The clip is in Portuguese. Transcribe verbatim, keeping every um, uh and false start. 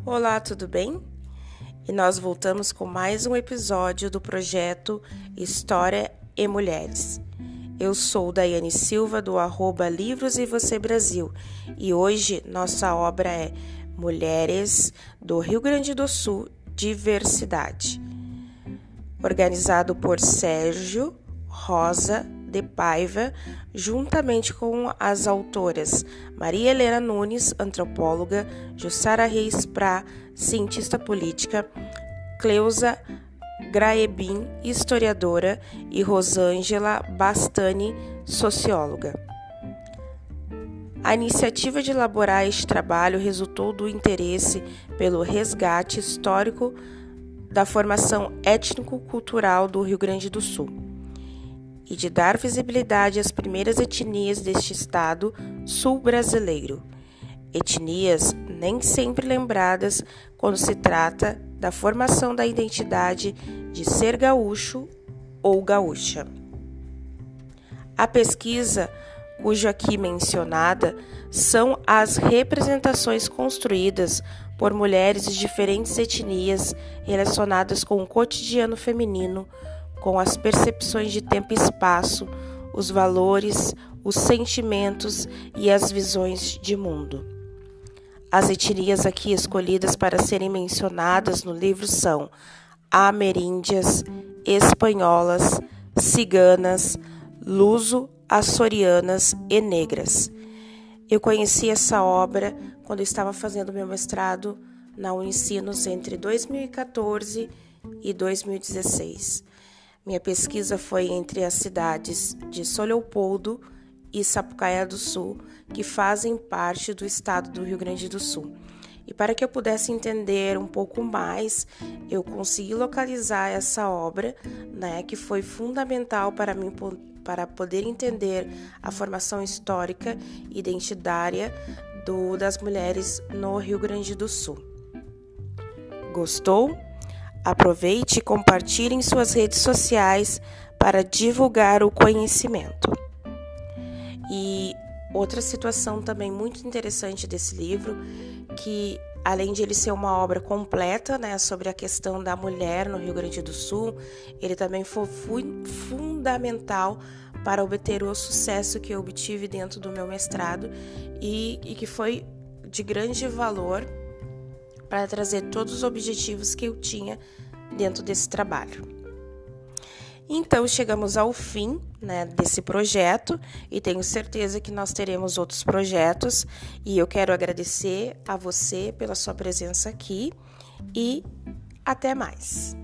Olá, tudo bem? E nós voltamos com mais um episódio do projeto História e Mulheres. Eu sou Daiane Silva, do arroba Livros e Você Brasil, e hoje nossa obra é Mulheres do Rio Grande do Sul, Diversidade, organizado por Sérgio Rosa de Paiva, juntamente com as autoras Maria Helena Nunes, antropóloga, Jussara Reis Prá, cientista política, Cleusa Graebin, historiadora, e Rosângela Bastani, socióloga. A iniciativa de elaborar este trabalho resultou do interesse pelo resgate histórico da formação étnico-cultural do Rio Grande do Sul e de dar visibilidade às primeiras etnias deste estado sul-brasileiro, etnias nem sempre lembradas quando se trata da formação da identidade de ser gaúcho ou gaúcha. A pesquisa, cuja aqui mencionada, são as representações construídas por mulheres de diferentes etnias relacionadas com o cotidiano feminino, com as percepções de tempo e espaço, os valores, os sentimentos e as visões de mundo. As etnias aqui escolhidas para serem mencionadas no livro são ameríndias, espanholas, ciganas, luso-açorianas e negras. Eu conheci essa obra quando eu estava fazendo meu mestrado na Unicinos entre dois mil e quatorze e dois mil e dezesseis. Minha pesquisa foi entre as cidades de São Leopoldo e Sapucaia do Sul, que fazem parte do estado do Rio Grande do Sul. E para que eu pudesse entender um pouco mais, eu consegui localizar essa obra, né, que foi fundamental para mim para poder entender a formação histórica e identitária do, das mulheres no Rio Grande do Sul. Gostou? Aproveite e compartilhe em suas redes sociais para divulgar o conhecimento. E outra situação também muito interessante desse livro, que além de ele ser uma obra completa, né, sobre a questão da mulher no Rio Grande do Sul, ele também foi fundamental para obter o sucesso que eu obtive dentro do meu mestrado e, e que foi de grande valor para trazer todos os objetivos que eu tinha dentro desse trabalho. Então, chegamos ao fim, né, desse projeto e tenho certeza que nós teremos outros projetos e eu quero agradecer a você pela sua presença aqui e até mais.